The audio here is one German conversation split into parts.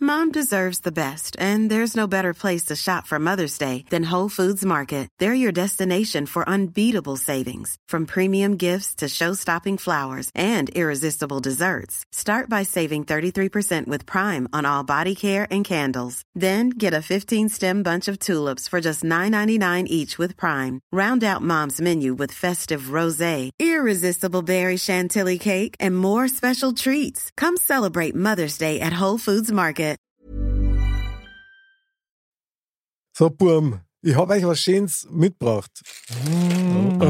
Mom deserves the best, and there's no better place to shop for Mother's Day than Whole Foods Market. They're your destination for unbeatable savings, from premium gifts to show-stopping flowers and irresistible desserts. Start by saving 33% with Prime on all body care and candles. Then get a 15-stem bunch of tulips for just $9.99 each with Prime. Round out Mom's menu with festive rosé, irresistible berry chantilly cake, and more special treats. Come celebrate Mother's Day at Whole Foods Market. So, Burm, ich habe euch was Schönes mitgebracht. Ich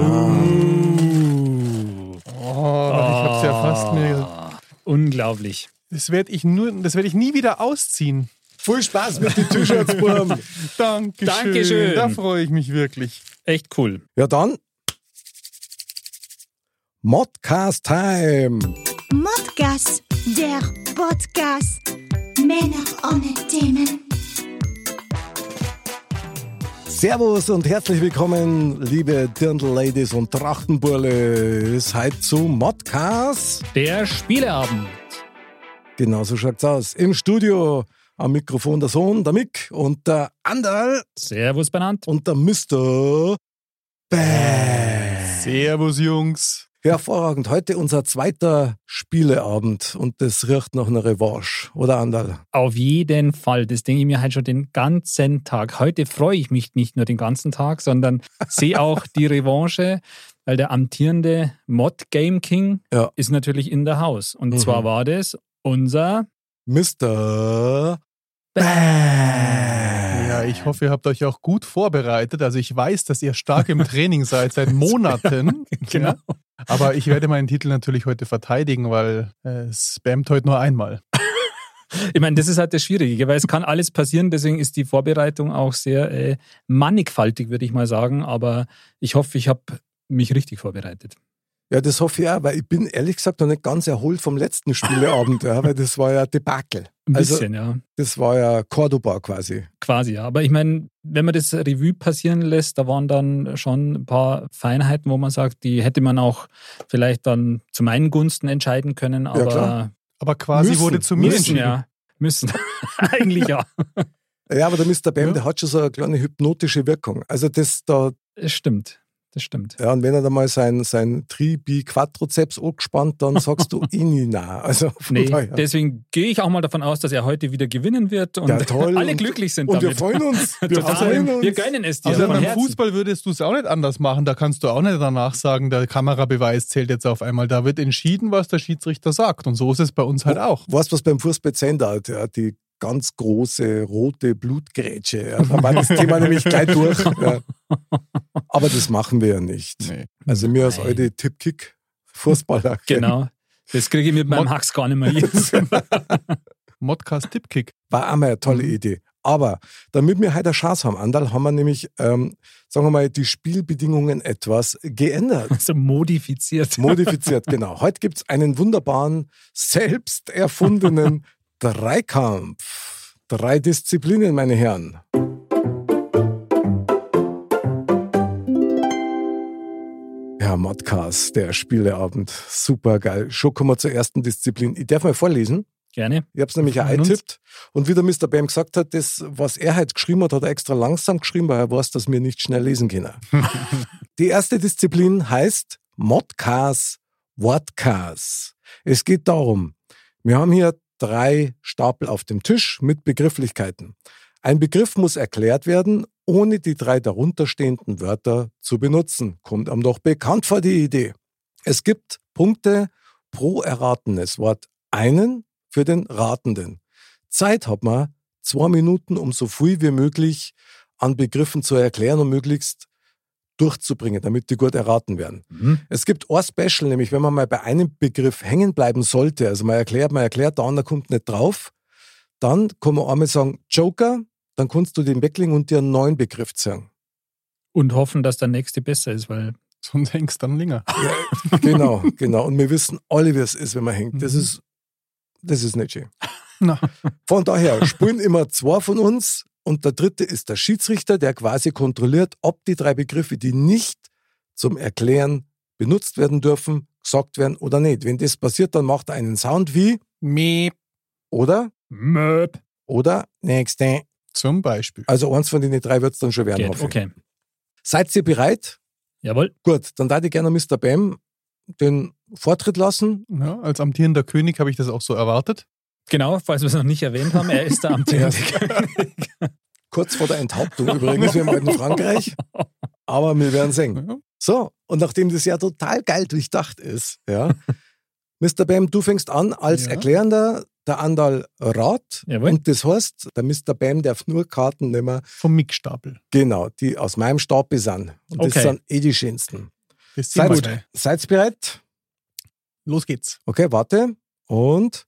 hab's ja fast mir... Unglaublich. Das werd ich nie wieder ausziehen. Viel Spaß mit den T-Shirts, Burm. Dankeschön. Da freue ich mich wirklich. Echt cool. Ja dann, Modcast Time. Modcast, der Podcast. Männer ohne Themen. Servus und herzlich willkommen, liebe Dirndl-Ladies und Trachtenburle. Es ist heute zu Modcast. Der Spieleabend. Genau so schaut's aus. Im Studio am Mikrofon der Sohn, der Mick und der Anderl. Servus benannt. Und der Mr. Bam. Servus, Jungs. Hervorragend. Heute unser zweiter Spieleabend und das riecht nach einer Revanche, oder Anderl? Auf jeden Fall. Das denke ich mir halt schon den ganzen Tag. Heute freue ich mich nicht nur den ganzen Tag, sondern sehe auch die Revanche, weil der amtierende Mod Game King ist natürlich in der Haus. Und zwar war das unser Mr. Bam. Ja, ich hoffe, ihr habt euch auch gut vorbereitet. Also ich weiß, dass ihr stark im Training seid seit Monaten. Genau. Ja. Aber ich werde meinen Titel natürlich heute verteidigen, weil es spammt heute nur einmal. Ich meine, das ist halt das Schwierige, weil es kann alles passieren, deswegen ist die Vorbereitung auch sehr mannigfaltig, würde ich mal sagen. Aber ich hoffe, ich habe mich richtig vorbereitet. Ja, das hoffe ich auch, weil ich bin ehrlich gesagt noch nicht ganz erholt vom letzten Spieleabend, weil das war ja Debakel. Ein bisschen, ja. Das war ja Cordoba quasi. Quasi, ja. Aber ich meine, wenn man das Revue passieren lässt, da waren dann schon ein paar Feinheiten, wo man sagt, die hätte man auch vielleicht dann zu meinen Gunsten entscheiden können. Aber, ja, klar. Aber quasi wurde zu mir entschieden. Ja, müssen. Eigentlich ja. Ja, aber der Mr. Bam, der hat schon so eine kleine hypnotische Wirkung. Also das stimmt. Das stimmt. Ja, und wenn er da mal sein Tri-Bi-Quadrizeps angespannt, dann sagst du nein. Also deswegen gehe ich auch mal davon aus, dass er heute wieder gewinnen wird und toll. alle glücklich sind und damit. Und wir freuen uns. Wir gönnen es dir. Also beim Herzen. Fußball würdest du es auch nicht anders machen. Da kannst du auch nicht danach sagen, der Kamerabeweis zählt jetzt auf einmal. Da wird entschieden, was der Schiedsrichter sagt. Und so ist es bei uns halt auch. Weißt du, was beim Fußball zählt? Ja, die ganz große rote Blutgrätsche. Ja, da war das Thema nämlich gleich durch. Ja. Aber das machen wir ja nicht. Nee. Also wir als alte Tippkick-Fußballer. Genau. Das kriege ich mit meinem Hacks gar nicht mehr jetzt. Modcast Tippkick. War auch mal eine tolle Idee. Aber damit wir heute eine Chance haben, Anderl, haben wir nämlich, sagen wir mal, die Spielbedingungen etwas geändert. Also modifiziert. Modifiziert, genau. Heute gibt es einen wunderbaren, selbst erfundenen Dreikampf. 3 Disziplinen, meine Herren. Ja, Modcast, der Spieleabend. Super geil. Schon kommen wir zur ersten Disziplin. Ich darf mal vorlesen. Gerne. Ich habe es nämlich auch eingetippt. Und wie der Mr. Bam gesagt hat, das, was er heute geschrieben hat, hat er extra langsam geschrieben, weil er weiß, dass wir nicht schnell lesen können. Die erste Disziplin heißt Modcast Wortcast. Es geht darum, wir haben hier 3 Stapel auf dem Tisch mit Begrifflichkeiten. Ein Begriff muss erklärt werden, ohne die 3 darunterstehenden Wörter zu benutzen. Kommt einem doch bekannt vor die Idee. Es gibt Punkte pro erratenes Wort. Einen für den Ratenden. Zeit hat man 2 Minuten, um so viel wie möglich an Begriffen zu erklären und möglichst durchzubringen, damit die gut erraten werden. Es gibt ein Special, nämlich wenn man mal bei einem Begriff hängen bleiben sollte, also man erklärt, der andere kommt nicht drauf, dann kann man einmal sagen, Joker, dann kannst du den weglegen und dir einen neuen Begriff sagen. Und hoffen, dass der nächste besser ist, weil sonst hängst du dann länger. Ja, genau. Und wir wissen alle, wie es ist, wenn man hängt. Das ist nicht schön. Na. Von daher spielen immer 2 von uns und der 3. ist der Schiedsrichter, der quasi kontrolliert, ob die 3 Begriffe, die nicht zum Erklären benutzt werden dürfen, gesagt werden oder nicht. Wenn das passiert, dann macht er einen Sound wie Meep oder Möp. oder nächste. Zum Beispiel. Also eins von den 3 wird es dann schon werden. Geht, hoffe ich. okay. Seid ihr bereit? Jawohl. Gut, dann darf ich gerne Mr. Bam den Vortritt lassen. Ja, als amtierender König habe ich das auch so erwartet. Genau, falls wir es noch nicht erwähnt haben, er ist der amtierende König. Kurz vor der Enthauptung übrigens, wir in Frankreich. Aber wir werden sehen. Ja. So, und nachdem das ja total geil durchdacht ist, ja, Mr. Bam, du fängst an als Erklärender, der Andal Rat. Jawohl. Und das heißt, der Mr. Bam darf nur Karten nehmen, Vom Mick-Stapel. genau, die aus meinem Stapel sind. Und das Okay. sind die schönsten. Das ist gut. Seid bereit? Los geht's. Okay, warte. Und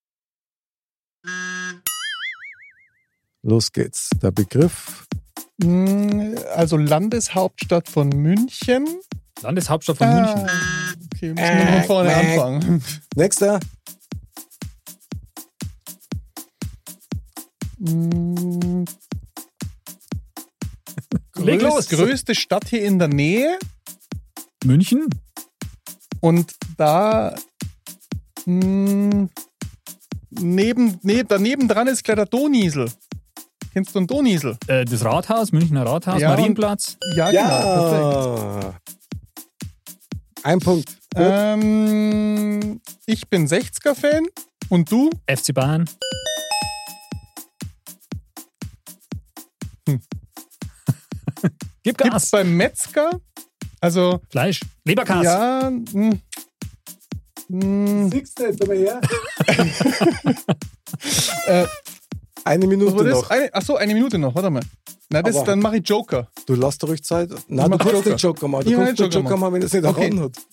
los geht's. Der Begriff. Also Landeshauptstadt von München. Landeshauptstadt von München. Okay, müssen wir von vorne anfangen. Nächster. Leg los. Größte Stadt hier in der Nähe. München? Und da daneben dran ist gleich der Doniesel. Kennst du einen Doniesel? Das Rathaus, Münchner Rathaus, Ja, Marienplatz. Ja, genau. Ja. Ein Punkt. Perfekt. Ich bin 60er-Fan. Und du? FC Bayern. Gib Gibt's Gas. beim Metzger? Also, Fleisch. Leberkas. ja. Siehst du jetzt aber her? Äh, Eine Minute was war noch. das? Achso, eine Minute noch, warte mal. Na, Aber- dann mache ich Joker. Du lass doch ruhig Zeit. Nein, du mach kannst Joker. nicht Joker machen. Du Ich mach kannst nicht Joker Joker machen, wenn es nicht Okay. erraten hat.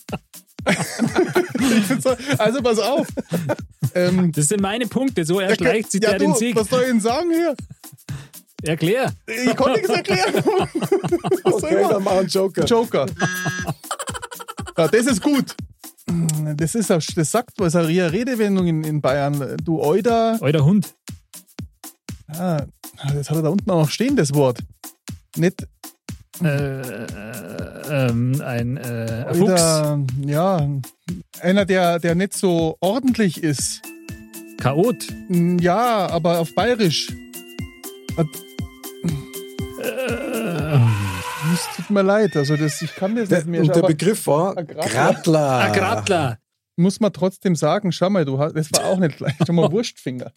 Also pass auf. Das sind meine Punkte, so erschleicht sich der du, den Sieg. was soll ich denn sagen hier? Erklär. Ich konnte nichts erklären. Was soll ich Okay, machen? dann mach einen Joker. Joker. Ja, das ist gut. Das sagt was, eine Redewendung in Bayern. Du Euder. Euer Hund. Ah, das hat er da unten auch noch stehen, das Wort. Nicht Ein Fuchs. Euder, ja. Einer, der nicht so ordentlich ist. Chaot. Ja, aber auf Bayerisch. Es tut mir leid, also ich kann das nicht mehr. Und der aber Begriff war Ein Gradler. Gradler. Ein Gradler. muss man trotzdem sagen, schau mal, das war auch nicht leicht. Schau mal, Wurstfinger.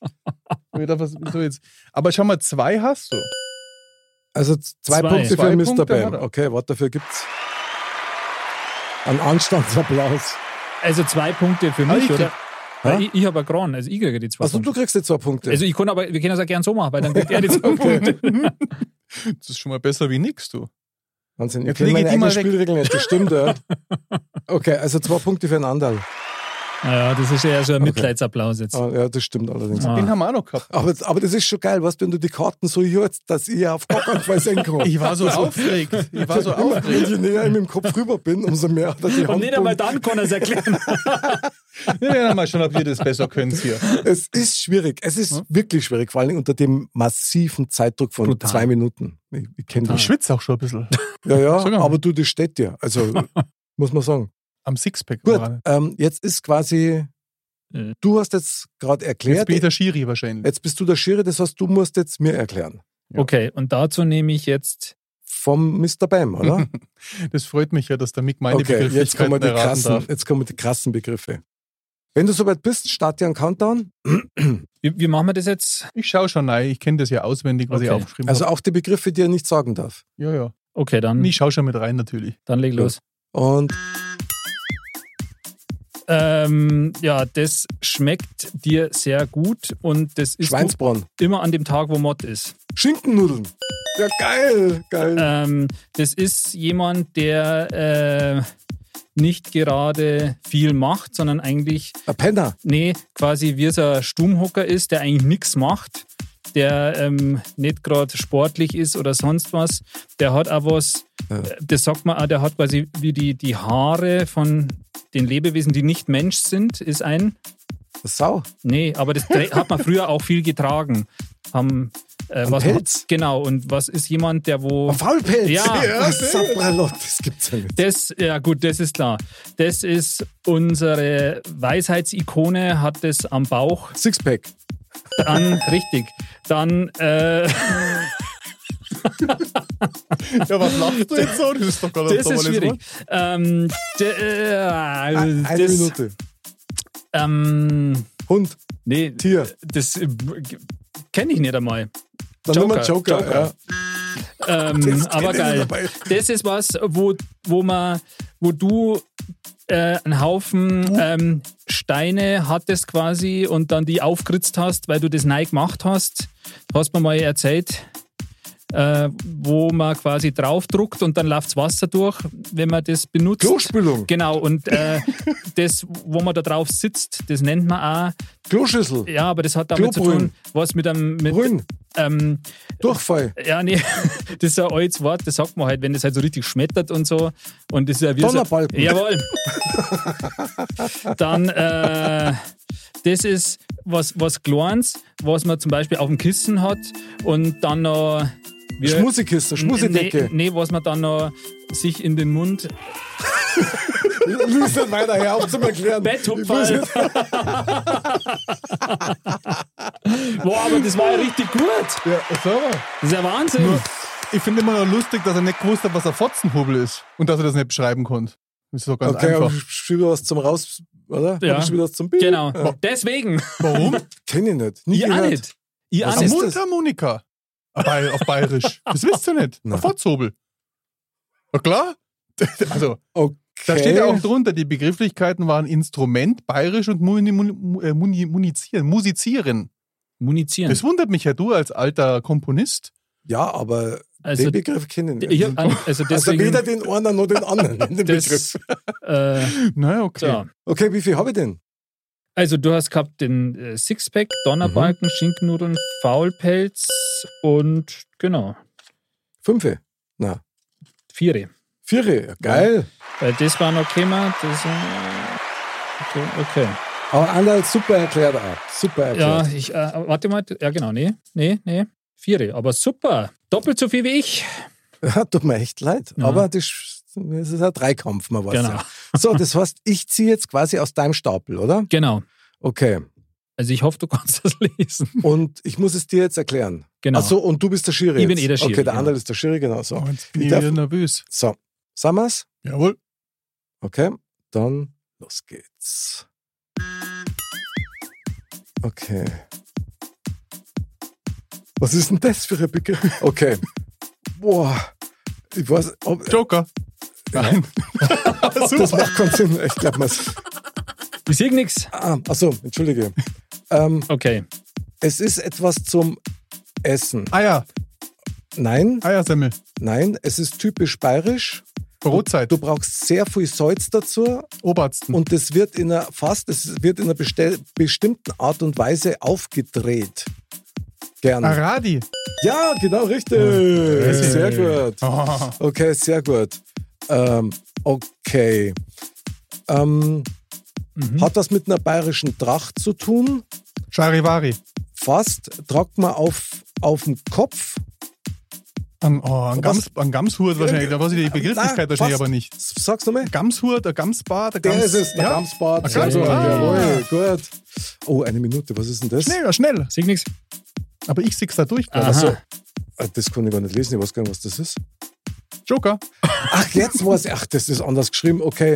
Aber schau mal, 2 hast du. Also 2 Punkte für 2 Mr. Punkte hat Bam. er. Okay, was dafür gibt's? Einen Anstandsapplaus. Also 2 Punkte für mich, ich oder? Hä? Weil ich habe gewonnen, also ich kriege die 2 Also Punkte. du kriegst jetzt 2 Punkte. Also ich kann aber, wir können das auch gerne so machen, weil dann kriegt er die 2 Punkte. Das ist schon mal besser wie nix, du. Wahnsinn, ich Jetzt kenne lege meine ich die mal eigenen weg. Spielregeln nicht, das stimmt, ja. Okay, also 2 Punkte für einen Andal. Naja, das ist ja so ein Mitleidsapplaus jetzt. Ah, ja, das stimmt allerdings. Ah. Den haben wir auch noch gehabt. Aber das ist schon geil, weißt du, wenn du die Karten so hörst, dass ich auf gar keinen Fall sehen kann. Ich war so aufgeregt. Wenn ich näher in meinem Kopf rüber bin, umso mehr hat er die Und Hand. nicht einmal dann kann er es erklären. Wir werden mal schauen, ob ihr das besser könnt hier. Es ist schwierig. Es ist wirklich schwierig, vor allem unter dem massiven Zeitdruck von Brutal. 2 Minuten. Ich kenne Ich das. schwitze auch schon ein bisschen. Ja, Sag mal. aber du, das steht dir. Also, muss man sagen. Am Sixpack. Gut, Gerade. jetzt ist quasi, du hast jetzt gerade Jetzt erklärt, bin ich der Schiri wahrscheinlich. jetzt bist du der Schiri, das heißt, du musst jetzt mir erklären. Okay, und dazu nehme ich jetzt Vom Mr. Bam, oder? Das freut mich ja, dass der Mick meine Okay, jetzt kommen, Begrifflichkeiten die erraten darf. jetzt kommen die krassen Begriffe. Wenn du soweit bist, starte einen Countdown. wie machen wir das jetzt? Ich schaue schon rein, ich kenne das ja auswendig, was ich Okay. aufgeschrieben Also habe. auch die Begriffe, die er nicht sagen darf. Ja. Okay, dann Ich schaue schon mit rein natürlich. leg los. Und Ja, das schmeckt dir sehr gut und das ist Schweinsbraten. immer an dem Tag, wo Mott ist. Schinkennudeln. Ja, geil. Das ist jemand, der nicht gerade viel macht, sondern eigentlich, Ein Penner. quasi wie so ein Stummhocker ist, der eigentlich nichts macht, der nicht gerade sportlich ist oder sonst was. Der hat auch was, das sagt man auch, der hat quasi wie die Haare von den Lebewesen, die nicht Mensch sind, ist ein... Sau. Nee, aber das hat man früher auch viel getragen. Was Pelz? Genau, und was ist jemand, der wo... Ein Faulpelz. Ja. Sabralot, das gibt's ja nicht. Das ist klar. Das ist unsere Weisheitsikone, hat das am Bauch Sixpack. dran, richtig. Dann, Ja, was lachst du jetzt so? Das ist doch gar nicht das ist schwierig. Eine Minute. Hund. Nee, Tier. das kenne ich nicht einmal. Dann nochmal Joker. Ja. Aber geil. Das ist was, wo du einen Haufen Steine hattest quasi und dann die aufgeritzt hast, weil du das neu gemacht hast. Hast mir mal erzählt, wo man quasi draufdruckt und dann läuft das Wasser durch, wenn man das benutzt. Klospülung. Genau, und das, wo man da drauf sitzt, das nennt man auch Kloschüssel. ja, aber das hat damit zu tun, was mit einem... Brünn. Durchfall. Ja, nee, das ist ein altes Wort, das sagt man halt, wenn das halt so richtig schmettert und so. Und das ist ja wie Donnerbalken. So, jawohl. Dann, das ist was Kleines, was man zum Beispiel auf dem Kissen hat und dann noch... Schmusikiste, Schmusidecke. Nee, was man dann noch sich in den Mund... Lies nicht weiter her, auf zum Erklären. Betthupferl. Boah, aber das war ja richtig gut. Ja, sauber. Das ist ja Wahnsinn. Nur, ich finde immer noch lustig, dass er nicht gewusst hat, was ein Fotzenhobel ist und dass er das nicht beschreiben konnte. Das ist doch ganz Okay, einfach. aber ich wieder was zum Raus, oder? Ja. Hab ich wieder was zum Bild? Genau. Ja. Deswegen. Warum? Kenn ich nicht. Nie Ich auch gehört. nicht. Ich Was auch ist nicht. das? Mundharmonika. Auf Bayerisch. Das wisst ihr nicht. Nein. Ein Fotzhobel. Na klar. Also, Okay. da steht ja auch drunter, die Begrifflichkeiten waren Instrument, Bayerisch und Musizieren. Munizieren. Das wundert mich ja, du als alter Komponist. Ja, aber Also, den Begriff kenne ich nicht. Ich hab, also Also deswegen, weder den einen noch den anderen in dem das, Begriff. Naja, okay. so. Okay, wie viel habe ich denn? Also du hast gehabt den Sixpack, Donnerbalken, Schinkennudeln, Faulpelz und genau, 5? Na, 4. 4. Ja, geil. Weil das war noch gekommen, das okay. Aber Anderl super erklärt auch. Super Ja, erklärt. ich, warte mal, ja genau, nee, 4. Aber super, doppelt so viel wie ich. Ja, tut mir echt leid. Ja. Aber das ist ein Dreikampf, man weiß Genau. ja. So, das heißt, ich ziehe jetzt quasi aus deinem Stapel, oder? Genau. Okay. Also ich hoffe, du kannst das lesen. Und ich muss es dir jetzt erklären. Genau. Ach so, und du bist der Schiri Ich bin jetzt. der Schiri, Okay, der genau. Anderl ist der Schiri, genau so. Oh, jetzt bin Ich ich darf- wieder nervös. So, sagen wir's? Jawohl. Okay, dann los geht's. Okay. Was ist denn das für ein Begriff? Okay. Boah. Ich weiß, Joker. Nein. das macht keinen Sinn. Ich glaube mal. Ich sehe nichts. Achso, entschuldige. Okay. Es ist etwas zum Essen. Eier. Nein, Eiersemmel. nein, es ist typisch bayerisch. Brotzeit. Du brauchst sehr viel Salz dazu Obersten. und es wird in einer bestimmten Art und Weise aufgedreht. Gerne. Aradi. Ja, genau, richtig. Sehr gut. Oh. Okay, sehr gut. Okay. Hat das mit einer bayerischen Tracht zu tun? Charivari. Fast. Tragt man auf dem Kopf. An Gamshurt wahrscheinlich. Da weiß ich die Begrifflichkeit Nein, wahrscheinlich fast. aber nicht. Sag's nochmal. Gamshurt, ein Gamsbart, ein Der Gams... ist es, der ja? Gamsbart. Ein Sehr gut, Gamsbart. jawohl, gut. Oh, eine Minute, was ist denn das? Schnell, schnell. Sehe nichts. Aber ich sehe da durch. Aha. Achso. Das kann ich gar nicht lesen, ich weiß gar nicht, was das ist. Joker. Ach, jetzt weiß ich. Ach, das ist anders geschrieben. Okay.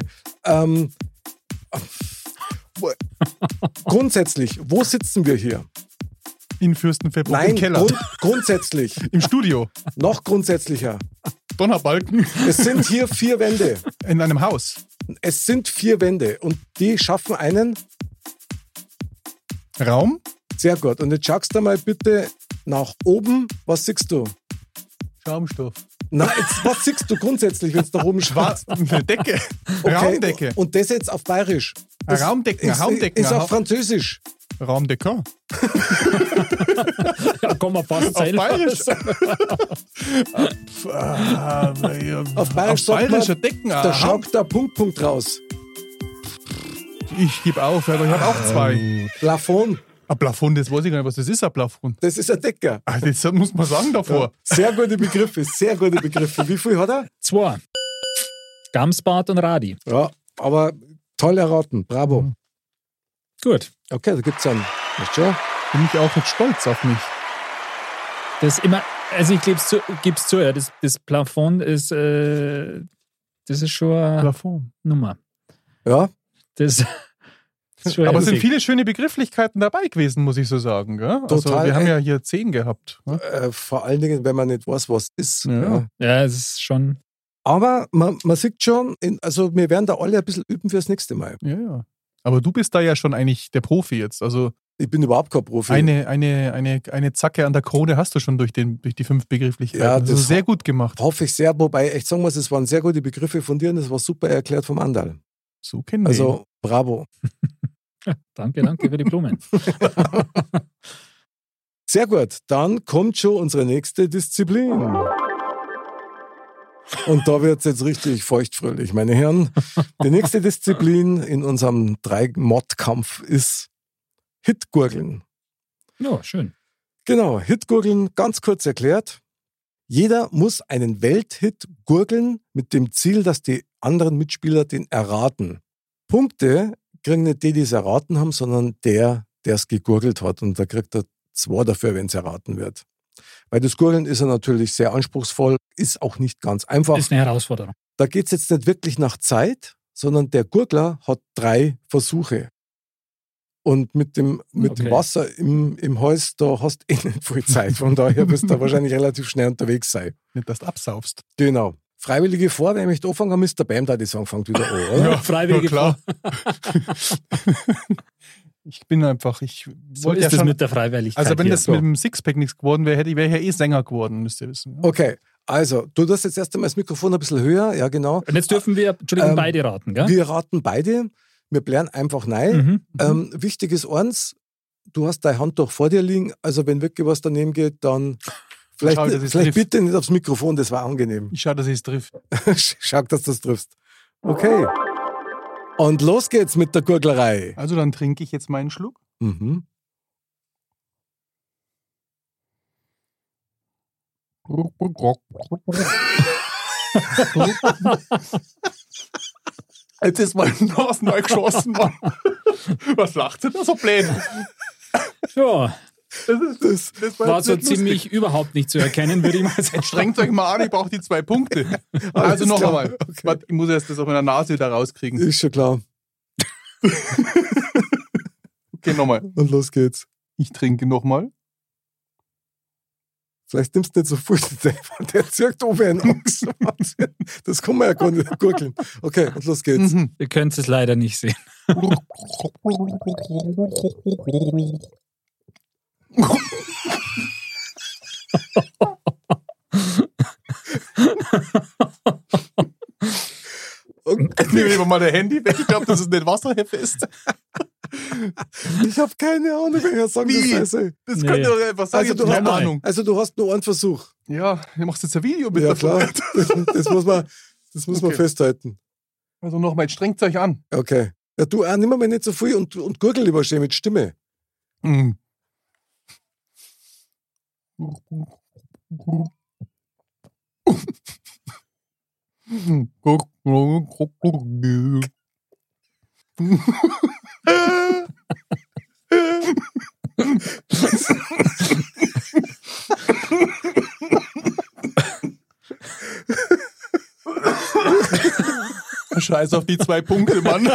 Grundsätzlich, wo sitzen wir hier? In Fürstenfeldbruck Nein, im Keller. grundsätzlich. Im Studio. Noch grundsätzlicher. Donnerbalken. Es sind hier 4 Wände. In einem Haus. Es sind 4 Wände und die schaffen einen. Raum. Sehr gut. Und jetzt schaust du mal bitte nach oben. Was siehst du? Schaumstoff. Nein, was siehst du grundsätzlich, wenn du nach oben schaust? Eine Decke. Okay, Raumdecke. Und das jetzt auf Bayerisch. Ein Raumdecken, ein Raumdecken. Ist auf Französisch. Raumdecker. Ja, komm mal fast Auf sein. Bayerisch. Auf Bayerisch sagt man, bayerischer Decken. da schaut der Punkt raus. Ich gebe auf, aber ich habe auch 2. Plafond, Ein Plafond, das weiß ich gar nicht, was das ist, ein Plafond. das ist ein Decker. Ah, das muss man sagen davor. Sehr gute Begriffe, sehr gute Begriffe. Wie viel hat er? 2. Gamsbart und Radi. Ja, aber toll erraten. Bravo. Gut. Okay, da gibt's einen. Nicht schon? Bin ich auch jetzt stolz auf mich. Das immer, also ich gebe es zu, ja, das Plafond ist, das ist schon eine Plafond. Nummer. Ja. Das ist schon Aber es heftig. sind viele schöne Begrifflichkeiten dabei gewesen, muss ich so sagen. Gell? Also Total, wir haben ja hier 10 gehabt. Ne? Vor allen Dingen, wenn man nicht weiß, was ist. Ja. Ja, es ist schon. Aber man sieht schon, also wir werden da alle ein bisschen üben fürs nächste Mal. Ja. Aber du bist da ja schon eigentlich der Profi jetzt. Also Ich bin überhaupt kein Profi. eine Zacke an der Krone hast du schon durch die 5 Begrifflichkeiten. Ja, das das ist sehr gut gemacht. Hoffe ich sehr, wobei echt sagen muss, es waren sehr gute Begriffe von dir und es war super erklärt vom Andal. So kennen wir ihn. Also bravo. Danke für die Blumen. Sehr gut, dann kommt schon unsere nächste Disziplin. Und da wird es jetzt richtig feuchtfröhlich, meine Herren. Die nächste Disziplin in unserem 3-Mod-Kampf ist Hitgurgeln. Ja, schön. Genau, Hitgurgeln, ganz kurz erklärt. Jeder muss einen Welthit gurgeln mit dem Ziel, dass die anderen Mitspieler den erraten. Punkte kriegen nicht die es erraten haben, sondern der es gegurgelt hat. Und da kriegt er 2 dafür, wenn es erraten wird. Weil das Gurgeln ist ja natürlich sehr anspruchsvoll, ist auch nicht ganz einfach. Ist eine Herausforderung. Da geht es jetzt nicht wirklich nach Zeit, sondern der Gurgler hat 3 Versuche. Und mit dem Okay. Wasser im Hals, da hast du eh nicht viel Zeit. Von daher wirst du wahrscheinlich relativ schnell unterwegs sein. Nicht, dass du absaufst. Genau. Freiwillige vor, wer möchte anfangen, kann Mr. Bam da die Song fängt wieder an, oder? Ja, freiwillige klar. Ich bin einfach, So ist das mit der Freiwilligkeit. Also wenn hier. das mit dem Sixpack nichts geworden wäre, wäre ich ja eh Sänger geworden, müsst ihr wissen. Okay, also, du darfst jetzt erst einmal das Mikrofon ein bisschen höher, ja genau. Und jetzt dürfen wir, Entschuldigung, beide raten, gell? Wir raten beide, wir blären einfach nein. Mhm. Wichtig ist eins, du hast deine Hand doch vor dir liegen, also wenn wirklich was daneben geht, dann vielleicht, Schau, dass ich's vielleicht triff. bitte nicht aufs Mikrofon, das war angenehm. Ich schaue, dass ich es triff. Schau, dass du das triffst. Okay. Und los geht's mit der Gurglerei. Also dann trinke ich jetzt meinen Schluck. Mhm. Jetzt ist mein Nasen neu geschossen, Mann. Was lacht ihr da so blöd? Ja, Das war jetzt so nicht lustig. ziemlich überhaupt nicht zu erkennen, würde ich mal sagen. Jetzt strengt euch mal an, ich brauche die 2 Punkte. Also noch klar. einmal. Okay. Warte, ich muss erst das auf meiner Nase wieder rauskriegen. Ist schon klar. Okay, nochmal. Und los geht's. Ich trinke nochmal. Vielleicht nimmst du nicht so viel, der zirkt oben einen Ochs. Das kann man ja gar nicht gurgeln. Okay, und los geht's. Mhm. Ihr könnt es leider nicht sehen. Und Nehmen wir mal das Handy weg. Ich glaube, das ist nicht wasserfest. ich habe keine Ahnung, welcher Song Wie? das ist. Das Nee. könnt ihr doch einfach sagen. Also Ich du, hab keine hast, Ahnung. also du hast nur einen Versuch. Ja, du machst jetzt ein Video mit Ja davon. klar, das muss man Okay. festhalten. Also nochmal, jetzt strengt euch an. Okay. Ja, du nimm mal nicht so viel und gurgel lieber schön mit Stimme. Mhm. Scheiß auf die 2 Punkte, Mann.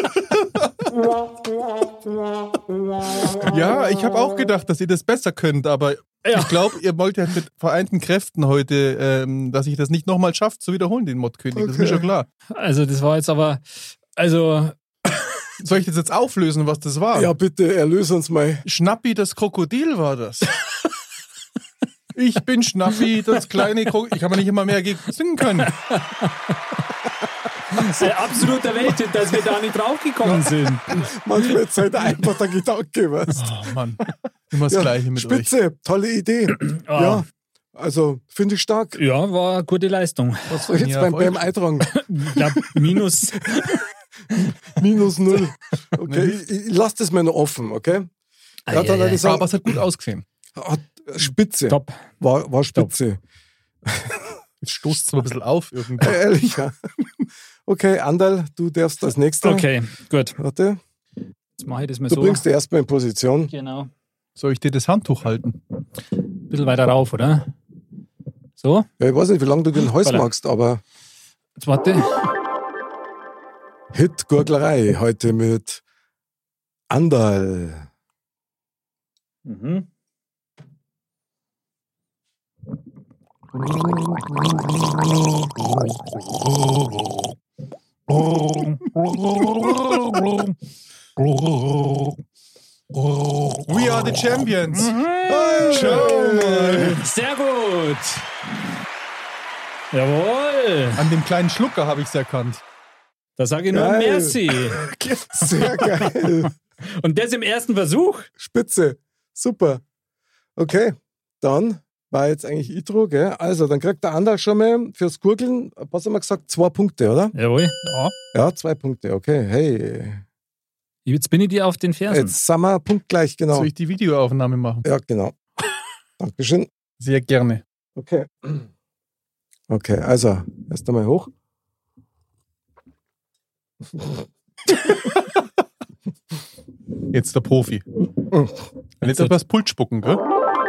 Ja, ich habe auch gedacht, dass ihr das besser könnt, aber ich glaube, ihr wollt ja mit vereinten Kräften heute, dass ich das nicht nochmal schaffe, zu wiederholen, den Modkönig. Das ist mir Okay. schon klar. Also das war jetzt aber, also Soll ich das jetzt auflösen, was das war? Ja, bitte erlöse uns mal. Schnappi, das Krokodil war das. Ich bin Schnappi, das kleine Krokodil. Ich habe nicht immer mehr singen können. absoluter Welthit, dass wir da nicht draufgekommen sind. Manchmal ist halt einfach der Gedanke, weißt du. Oh Mann, immer das Gleiche mit euch. Spitze, tolle Idee. Ja, also finde ich stark. Ja, war eine gute Leistung. Was soll ich jetzt Ja, beim voll. eintragen? Ich glaube, minus. -0. Okay, ich lasse das mal noch offen, okay? Ja, dann würde ich Aber sagen, es hat gut ausgesehen. Spitze. Top. War Spitze. Jetzt stoßt es mal ein bisschen auf irgendwie. Ehrlich, ja. Okay, Andal, du darfst als Nächster. Okay, gut. Warte, Jetzt mache ich das mal du so. bringst dich erstmal in Position. Genau. Soll ich dir das Handtuch halten? Ein bisschen weiter rauf, oder? So? Ja, ich weiß nicht, wie lange du den Hals magst, aber Jetzt warte. Hit-Gurglerei heute mit Andal. Mhm. We are the champions. Schau mal. Sehr gut. Jawohl. An dem kleinen Schlucker habe ich es erkannt. Da sage ich nur Geil. Merci. Sehr geil. Und das im ersten Versuch? Spitze. Super. Okay, dann war jetzt eigentlich Intro, gell? Also, dann kriegt der Andal schon mal fürs Gurgeln, was haben wir gesagt, 2 Punkte, oder? Jawohl. Ja. Ja, 2 Punkte, okay. Hey. Jetzt bin ich dir auf den Fersen. Jetzt sind wir punktgleich, genau. Soll ich die Videoaufnahme machen? Ja, genau. Dankeschön. Sehr gerne. Okay. Okay, also, erst einmal hoch. Jetzt der Profi. Nicht etwas Pult spucken, gell?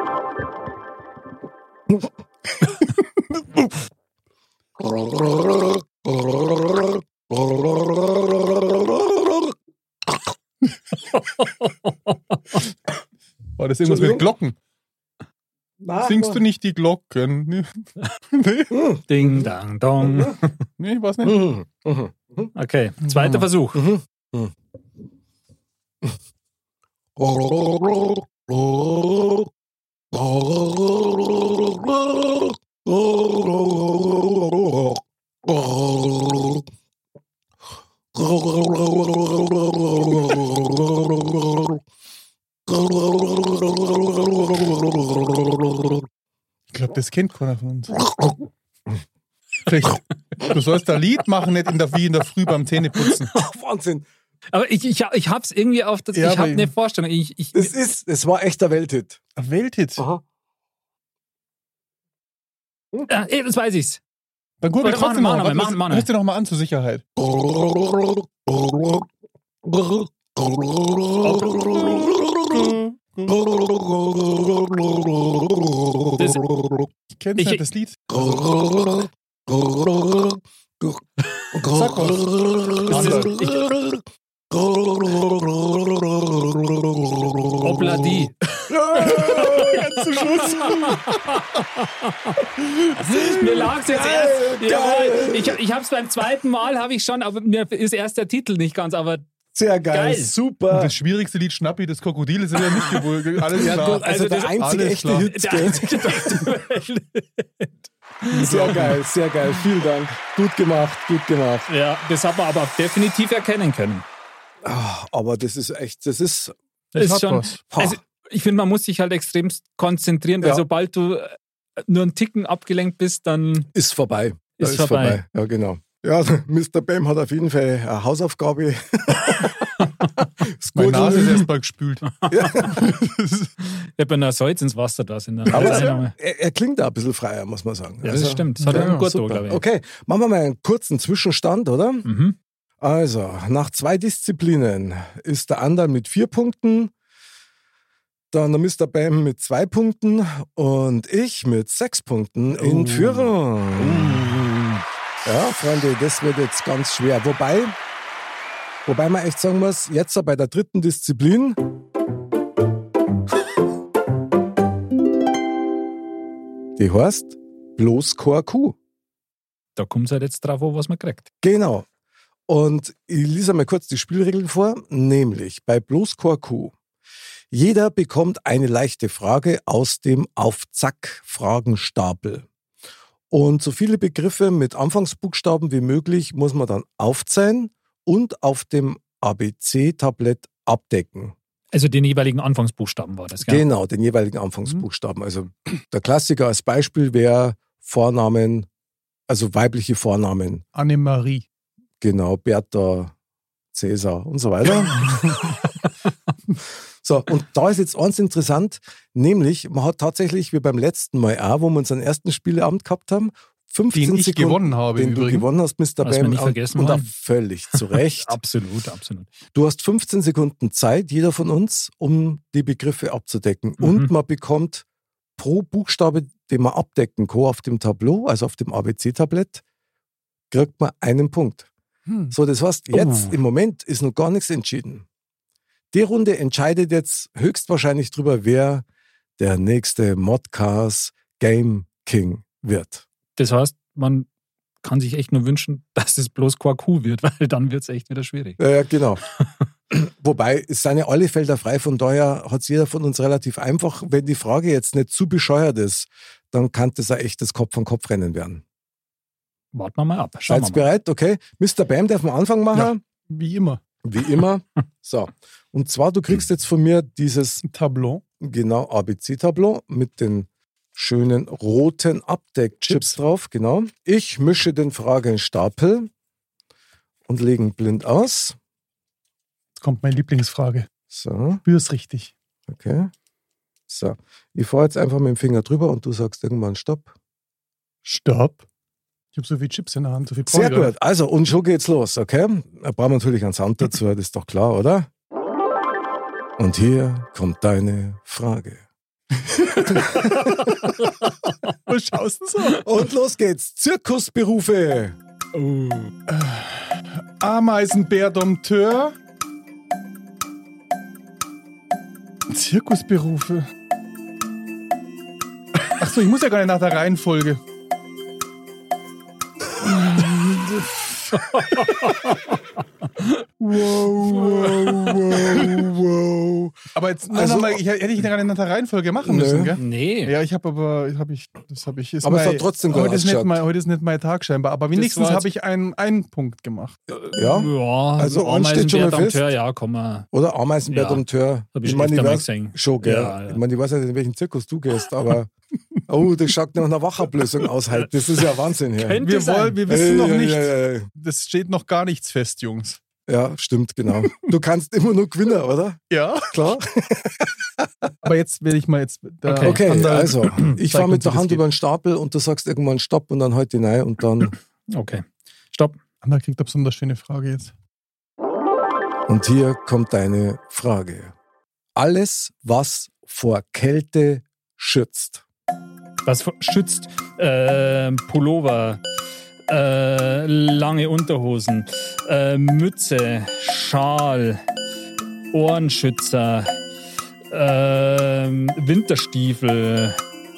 War das irgendwas mit Glocken? Singst du nicht die Glocken? Nee, Ding, dang, dong. nee, ich weiß nicht. Okay, zweiter Versuch. Ich glaube, das kennt keiner von uns. Vielleicht, du sollst ein Lied machen, nicht wie in der Früh beim Zähneputzen. Wahnsinn. Aber ich hab's irgendwie auf das. Ja, ich habe aber eine Vorstellung. Das war echt der Welthit. Ein Welthit. Aha. Das weiß ich's. Dann gurgel Warte, trotzdem mach noch. mal. Hörst du noch mal an zur Sicherheit. Ich kenne halt das Lied. Sag was. Obladi. Ganz zum Schluss. Mir lag's jetzt erst. Jawohl. Ich hab's beim zweiten Mal, habe ich schon, aber mir ist erst der Titel nicht ganz, aber Sehr geil, Geil. super. Das schwierigste Lied, Schnappi, das Krokodil, ist ja nicht gewollt. Alles Ja, klar. gut, also der einzige alles echte klar. Hit, der gell? einzige Sehr geil, sehr geil. Vielen Dank. Gut gemacht, gut gemacht. Ja, das hat man aber auch definitiv erkennen können. Aber das ist echt, das ist... Das Ist hat schon, was. also ich finde, man muss sich halt extremst konzentrieren, weil Ja. sobald du nur einen Ticken abgelenkt bist, dann Ist vorbei. Ist vorbei. Ja, genau. Ja, Mr. Bam hat auf jeden Fall eine Hausaufgabe. Das Meine Nase ist Gurgeln. erstmal gespült. Ja. ich habe noch Salz ins Wasser da sind. Aber er klingt auch ein bisschen freier, muss man sagen. Ja, das stimmt. Das hat er ja, gut, super. glaube ich. Okay, machen wir mal einen kurzen Zwischenstand, oder? Mhm. Also, nach 2 Disziplinen ist der Andal mit 4 Punkten, dann der Mr. Bam mit 2 Punkten und ich mit 6 Punkten in Führung. Ja, Freunde, das wird jetzt ganz schwer. Wobei man echt sagen muss, jetzt bei der 3. Disziplin die heißt bloß kein Kuh. Da kommt es halt jetzt drauf an, was man kriegt. Genau. Und ich lese mal kurz die Spielregeln vor, nämlich bei bloß kein Kuh. Jeder bekommt eine leichte Frage aus dem Auf-Zack-Fragenstapel. Und so viele Begriffe mit Anfangsbuchstaben wie möglich muss man dann aufzählen und auf dem ABC-Tablett abdecken. Also den jeweiligen Anfangsbuchstaben war das, gell? Genau, den jeweiligen Anfangsbuchstaben. Also der Klassiker als Beispiel wäre Vornamen, also weibliche Vornamen. Annemarie. Genau, Bertha, Cäsar und so weiter. So, und da ist jetzt eins interessant, nämlich man hat tatsächlich, wie beim letzten Mal auch, wo wir unseren ersten Spieleabend gehabt haben, 15 Den ich Sekunden, gewonnen habe den du übrigens. gewonnen hast, Mr. Was wir Bam. nicht vergessen und da wollen. völlig zu Recht. Absolut, absolut. Du hast 15 Sekunden Zeit, jeder von uns, um die Begriffe abzudecken. Und man bekommt pro Buchstabe, den man abdecken kann auf dem Tableau, also auf dem ABC-Tablett, kriegt man einen Punkt. So, das heißt, jetzt im Moment ist noch gar nichts entschieden. Die Runde entscheidet jetzt höchstwahrscheinlich darüber, wer der nächste Modcast Game King wird. Das heißt, man kann sich echt nur wünschen, dass es bloß Quarku wird, weil dann wird es echt wieder schwierig. Ja, genau. Wobei, es sind ja alle Felder frei, von daher hat es jeder von uns relativ einfach. Wenn die Frage jetzt nicht zu bescheuert ist, dann kann das ein echtes Kopf-an-Kopf-Rennen werden. Warten wir mal ab. Schauen Seid ihr bereit? Okay. Mr. Bam, darf man Anfang machen? Ja, wie immer. Wie immer. So. Und zwar, du kriegst jetzt von mir dieses Tableau. Genau, ABC-Tableau mit den schönen roten Abdeckchips drauf. Genau. Ich mische den Fragenstapel und lege ihn blind aus. Jetzt kommt meine Lieblingsfrage. So. Spür's richtig. Okay. So. Ich fahre jetzt einfach mit dem Finger drüber und du sagst irgendwann Stopp. Stopp. Ich habe so viel Chips in der Hand. So viel Sehr gut. Also, und schon geht's los, okay? Da brauchen wir natürlich einen Sound dazu, das ist doch klar, oder? Und hier kommt deine Frage. Was schaust du so? Und los geht's. Zirkusberufe. Ameisenbär-Dompteur. Zirkusberufe. Achso, ich muss ja gar nicht nach der Reihenfolge. wow. Aber jetzt, also, hätte ich gar nicht nach der Reihenfolge machen müssen, gell? Nee. Ja, das habe ich. Aber es hat trotzdem heute ist nicht mein Tag scheinbar, aber wenigstens habe ich einen Punkt gemacht. Ja, also Ameisenbär-Dompteur, ja, komm mal. Oder Ameisenbär-Dompteur. Ja, ich weiß schon, gell? Ja. Ich meine, ich weiß nicht, in welchen Zirkus du gehst, aber das schaut nach einer Wachablösung aus halt. Das ist ja Wahnsinn hier. Wir wissen noch nicht. Das steht noch gar nichts fest, Jungs. Ja, stimmt, genau. Du kannst immer nur gewinnen, oder? Ja. Klar. Aber jetzt will ich mal Okay, also, ich fahre mit der Hand über den Stapel und du sagst irgendwann Stopp und dann halt hinein und dann... Okay, Stopp. Anna kriegt eine besonders schöne Frage jetzt. Und hier kommt deine Frage. Alles, was vor Kälte schützt. Was schützt? Pullover, lange Unterhosen, Mütze, Schal, Ohrenschützer, Winterstiefel.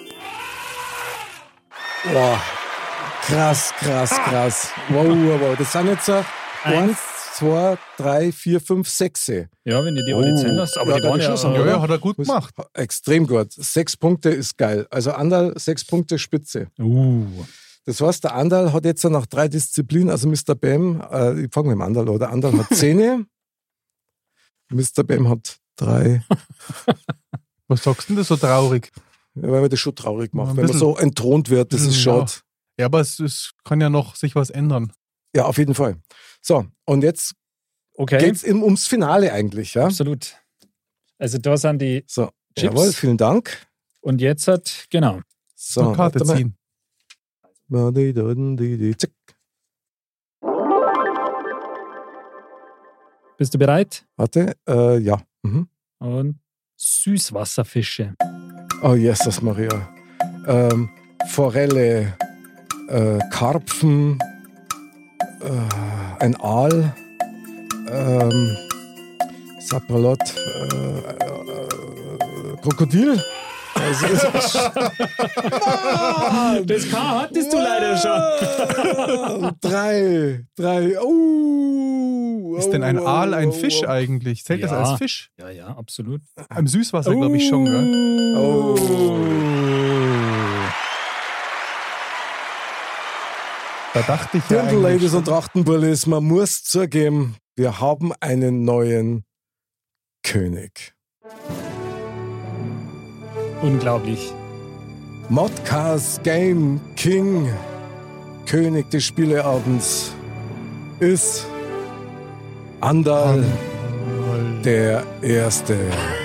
Boah, krass. Wow. Das sind jetzt 1, 2, 3, 4, 5, 6. Ja, wenn ihr die alle zählen lasst. Aber die waren ja schon. Ja, hat er gut gemacht. Extrem gut. 6 Punkte ist geil. Also Andal, 6 Punkte Spitze. Das heißt, der Andal hat jetzt nach 3 Disziplinen, also Mr. Bam, ich fange mit dem Andal an. Der Andal hat 10. Mr. Bam hat 3. Was sagst du denn das so traurig? Ja, weil man das schon traurig macht, wenn man so entthront wird, das ist schade. Ja, aber es kann ja noch sich was ändern. Ja, auf jeden Fall. So, und jetzt geht's ums Finale eigentlich, ja? Absolut. Also da sind die so, Chips. Jawohl, vielen Dank. Und jetzt genau. So, Karte ziehen. Zick. Bist du bereit? Warte, ja. Mhm. Und Süßwasserfische. Oh, Jesus Maria. Forelle, Karpfen, ein Aal, Sapperlot, Krokodil. Das K hattest du leider schon. 3. Ist denn ein Aal ein Fisch eigentlich? Zählt das als Fisch? Ja, absolut. Im Süßwasser, glaube ich schon, gell? Da dachte ich ja Ladies und Trachtenbullis, man muss zugeben, wir haben einen neuen König. Unglaublich. Modcast Game King, König des Spieleabends, ist Andal der Erste.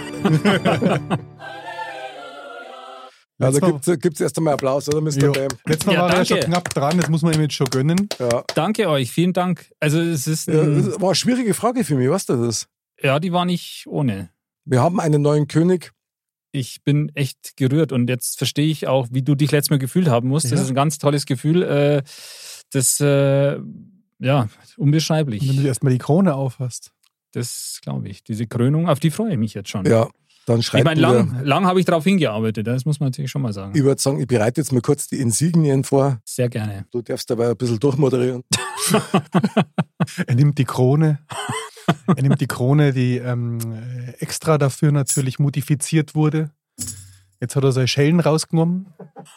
Ja, da gibt es erst einmal Applaus, oder, Mr. Bam? Letztes Mal war er schon knapp dran, das muss man ihm jetzt schon gönnen. Ja. Danke euch, vielen Dank. Also es ist das war eine schwierige Frage für mich, weißt du das? Ja, die war nicht ohne. Wir haben einen neuen König Ich bin echt gerührt und jetzt verstehe ich auch, wie du dich letztes Mal gefühlt haben musst. Das ist ein ganz tolles Gefühl. Unbeschreiblich. Und wenn du erstmal die Krone aufhast. Das glaube ich. Diese Krönung, auf die freue ich mich jetzt schon. Ja, dann schreibt ich meine, lang habe ich darauf hingearbeitet, das muss man natürlich schon mal sagen. Ich würde sagen, ich bereite jetzt mal kurz die Insignien vor. Sehr gerne. Du darfst dabei ein bisschen durchmoderieren. Er nimmt die Krone. Die extra dafür natürlich modifiziert wurde. Jetzt hat er seine Schellen rausgenommen.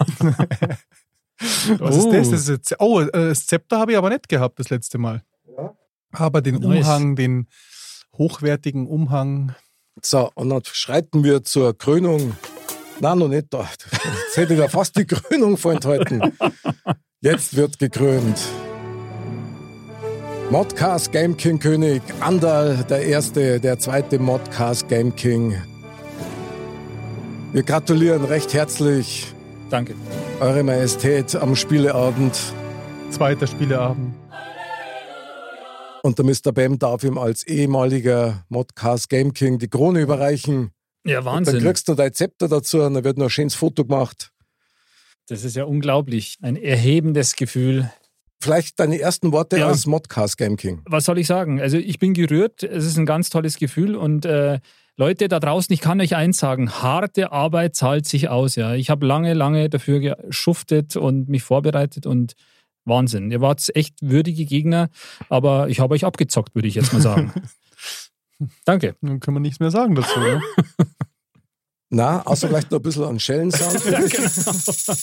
Was ist das? Das ist das Zepter habe ich aber nicht gehabt das letzte Mal. Ja. Aber den Umhang, den hochwertigen Umhang. So, und dann schreiten wir zur Krönung. Nein, noch nicht da. Jetzt hätte ich da fast die Krönung vorenthalten. Jetzt wird gekrönt. Modcast Game King König Andal, der zweite Modcast Game King. Wir gratulieren recht herzlich. Danke. Eure Majestät am Spieleabend. Zweiter Spieleabend. Und der Mr. Bam darf ihm als ehemaliger Modcast Game King die Krone überreichen. Ja, Wahnsinn. Und dann kriegst du dein Zepter dazu und dann wird noch ein schönes Foto gemacht. Das ist ja unglaublich. Ein erhebendes Gefühl. Vielleicht deine ersten Worte als Modcast Game King. Was soll ich sagen? Also ich bin gerührt. Es ist ein ganz tolles Gefühl und Leute da draußen, ich kann euch eins sagen, harte Arbeit zahlt sich aus. Ja. Ich habe lange dafür geschuftet und mich vorbereitet und Wahnsinn. Ihr wart echt würdige Gegner, aber ich habe euch abgezockt, würde ich jetzt mal sagen. Danke. Dann können wir nichts mehr sagen dazu. Ne? Na, außer vielleicht noch ein bisschen an Schellensound. Ja, genau.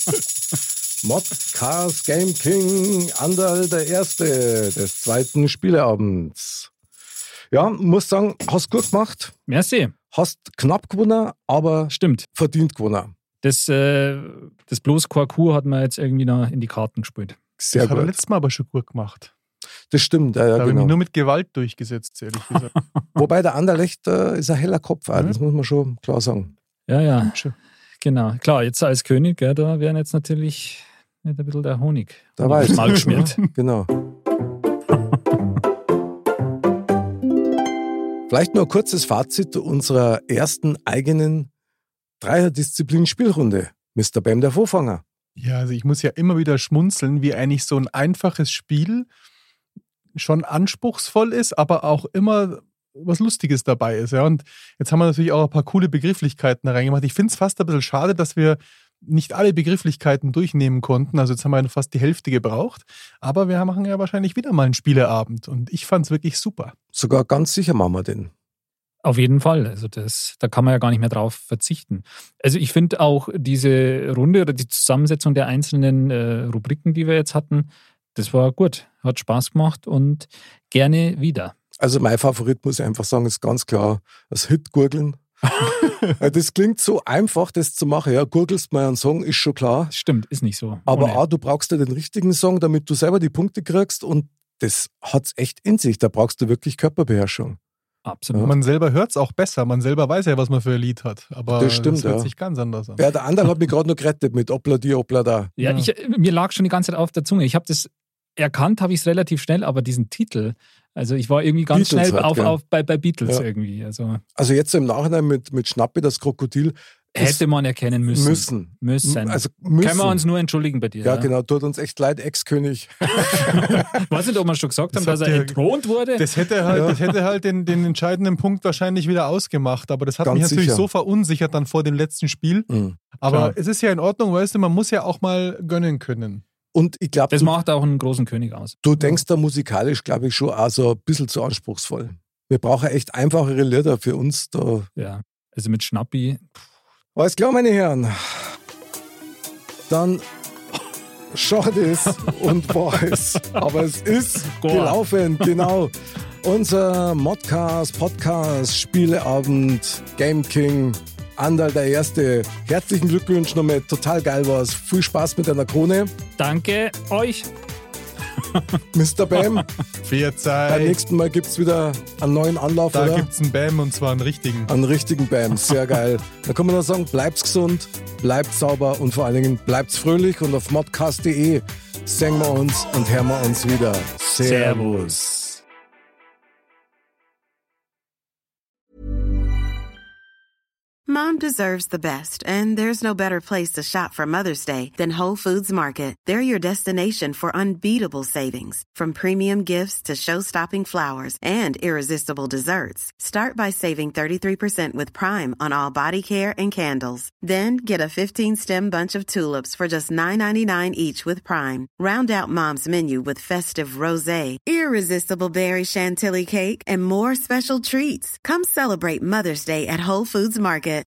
Modcast Game King Andal, der Erste des zweiten Spieleabends. Ja, muss sagen, hast gut gemacht. Merci. Hast knapp gewonnen, aber stimmt. Verdient gewonnen. Das bloß Parcours hat man jetzt irgendwie noch in die Karten gespielt. Sehr das gut. Hat er letztes Mal aber schon gut gemacht. Das stimmt, ja, da habe ich genau. mich nur mit Gewalt durchgesetzt, ehrlich gesagt. Wobei der Anderlecht ist ein heller Kopf, das muss man schon klar sagen. Ja, genau. Klar, jetzt als König, da wären jetzt natürlich nicht ein bisschen der Honig. Da war mal geschmiert. Genau. Vielleicht nur ein kurzes Fazit unserer ersten eigenen Dreierdisziplin-Spielrunde. Mr. Bam, der Vorfanger. Ja, also ich muss ja immer wieder schmunzeln, wie eigentlich so ein einfaches Spiel schon anspruchsvoll ist, aber auch immer was Lustiges dabei ist. Ja. Und jetzt haben wir natürlich auch ein paar coole Begrifflichkeiten da reingemacht. Ich finde es fast ein bisschen schade, dass wir nicht alle Begrifflichkeiten durchnehmen konnten. Also jetzt haben wir fast die Hälfte gebraucht. Aber wir machen ja wahrscheinlich wieder mal einen Spieleabend. Und ich fand es wirklich super. Sogar ganz sicher machen wir den. Auf jeden Fall. Also da kann man ja gar nicht mehr drauf verzichten. Also ich finde auch diese Runde oder die Zusammensetzung der einzelnen Rubriken, die wir jetzt hatten, das war gut. Hat Spaß gemacht und gerne wieder. Also mein Favorit, muss ich einfach sagen, ist ganz klar das Hit-Gurgeln. Das klingt so einfach, das zu machen. Ja, gurgelst mal einen Song, ist schon klar. Stimmt, ist nicht so. Aber auch, du brauchst ja den richtigen Song, damit du selber die Punkte kriegst und das hat's echt in sich. Da brauchst du wirklich Körperbeherrschung. Absolut. Ja. Man selber hört es auch besser. Man selber weiß ja, was man für ein Lied hat. Aber das stimmt, hört sich ganz anders an. Ja, der andere hat mich gerade noch gerettet mit Obla di, Obla da. Ja, mir lag schon die ganze Zeit auf der Zunge. Ich habe das erkannt, habe ich es relativ schnell, aber diesen Titel, also ich war irgendwie ganz Beatles schnell halt, bei Beatles irgendwie. Also jetzt im Nachhinein mit Schnappi, das Krokodil. Hätte man erkennen müssen. Müssen. Also müssen. Können wir uns nur entschuldigen bei dir. Ja, genau. Tut uns echt leid, Ex-König. Ich weiß nicht, ob wir schon gesagt haben, dass er entthront wurde. Das hätte halt den entscheidenden Punkt wahrscheinlich wieder ausgemacht. Aber das hat mich natürlich so verunsichert dann vor dem letzten Spiel. Mhm. Aber es ist ja in Ordnung, weißt du, man muss ja auch mal gönnen können. Und ich glaube, das macht auch einen großen König aus. Du denkst da musikalisch, glaube ich, schon auch so ein bisschen zu anspruchsvoll. Wir brauchen echt einfachere Lieder für uns da. Ja, also mit Schnappi. Alles klar, meine Herren. Dann schade es und war es. Aber es ist gelaufen, genau. Unser Modcast, Podcast, Spieleabend, Game King, Andal der Erste. Herzlichen Glückwunsch nochmal, total geil war's. Viel Spaß mit deiner Krone. Danke euch. Mr. Bam. Zeit. Beim nächsten Mal gibt es wieder einen neuen Anlauf, da oder? Da gibt es einen Bam und zwar einen richtigen. Einen richtigen Bam, sehr geil. Dann kann man nur sagen, bleibt's gesund, bleibt sauber und vor allen Dingen bleibt's fröhlich. Und auf modcast.de singen wir uns und hören wir uns wieder. Servus. Mom deserves the best, and there's no better place to shop for Mother's Day than Whole Foods Market. They're your destination for unbeatable savings, from premium gifts to show-stopping flowers and irresistible desserts. Start by saving 33% with Prime on all body care and candles. Then get a 15-stem bunch of tulips for just $9.99 each with Prime. Round out Mom's menu with festive rosé, irresistible berry chantilly cake, and more special treats. Come celebrate Mother's Day at Whole Foods Market.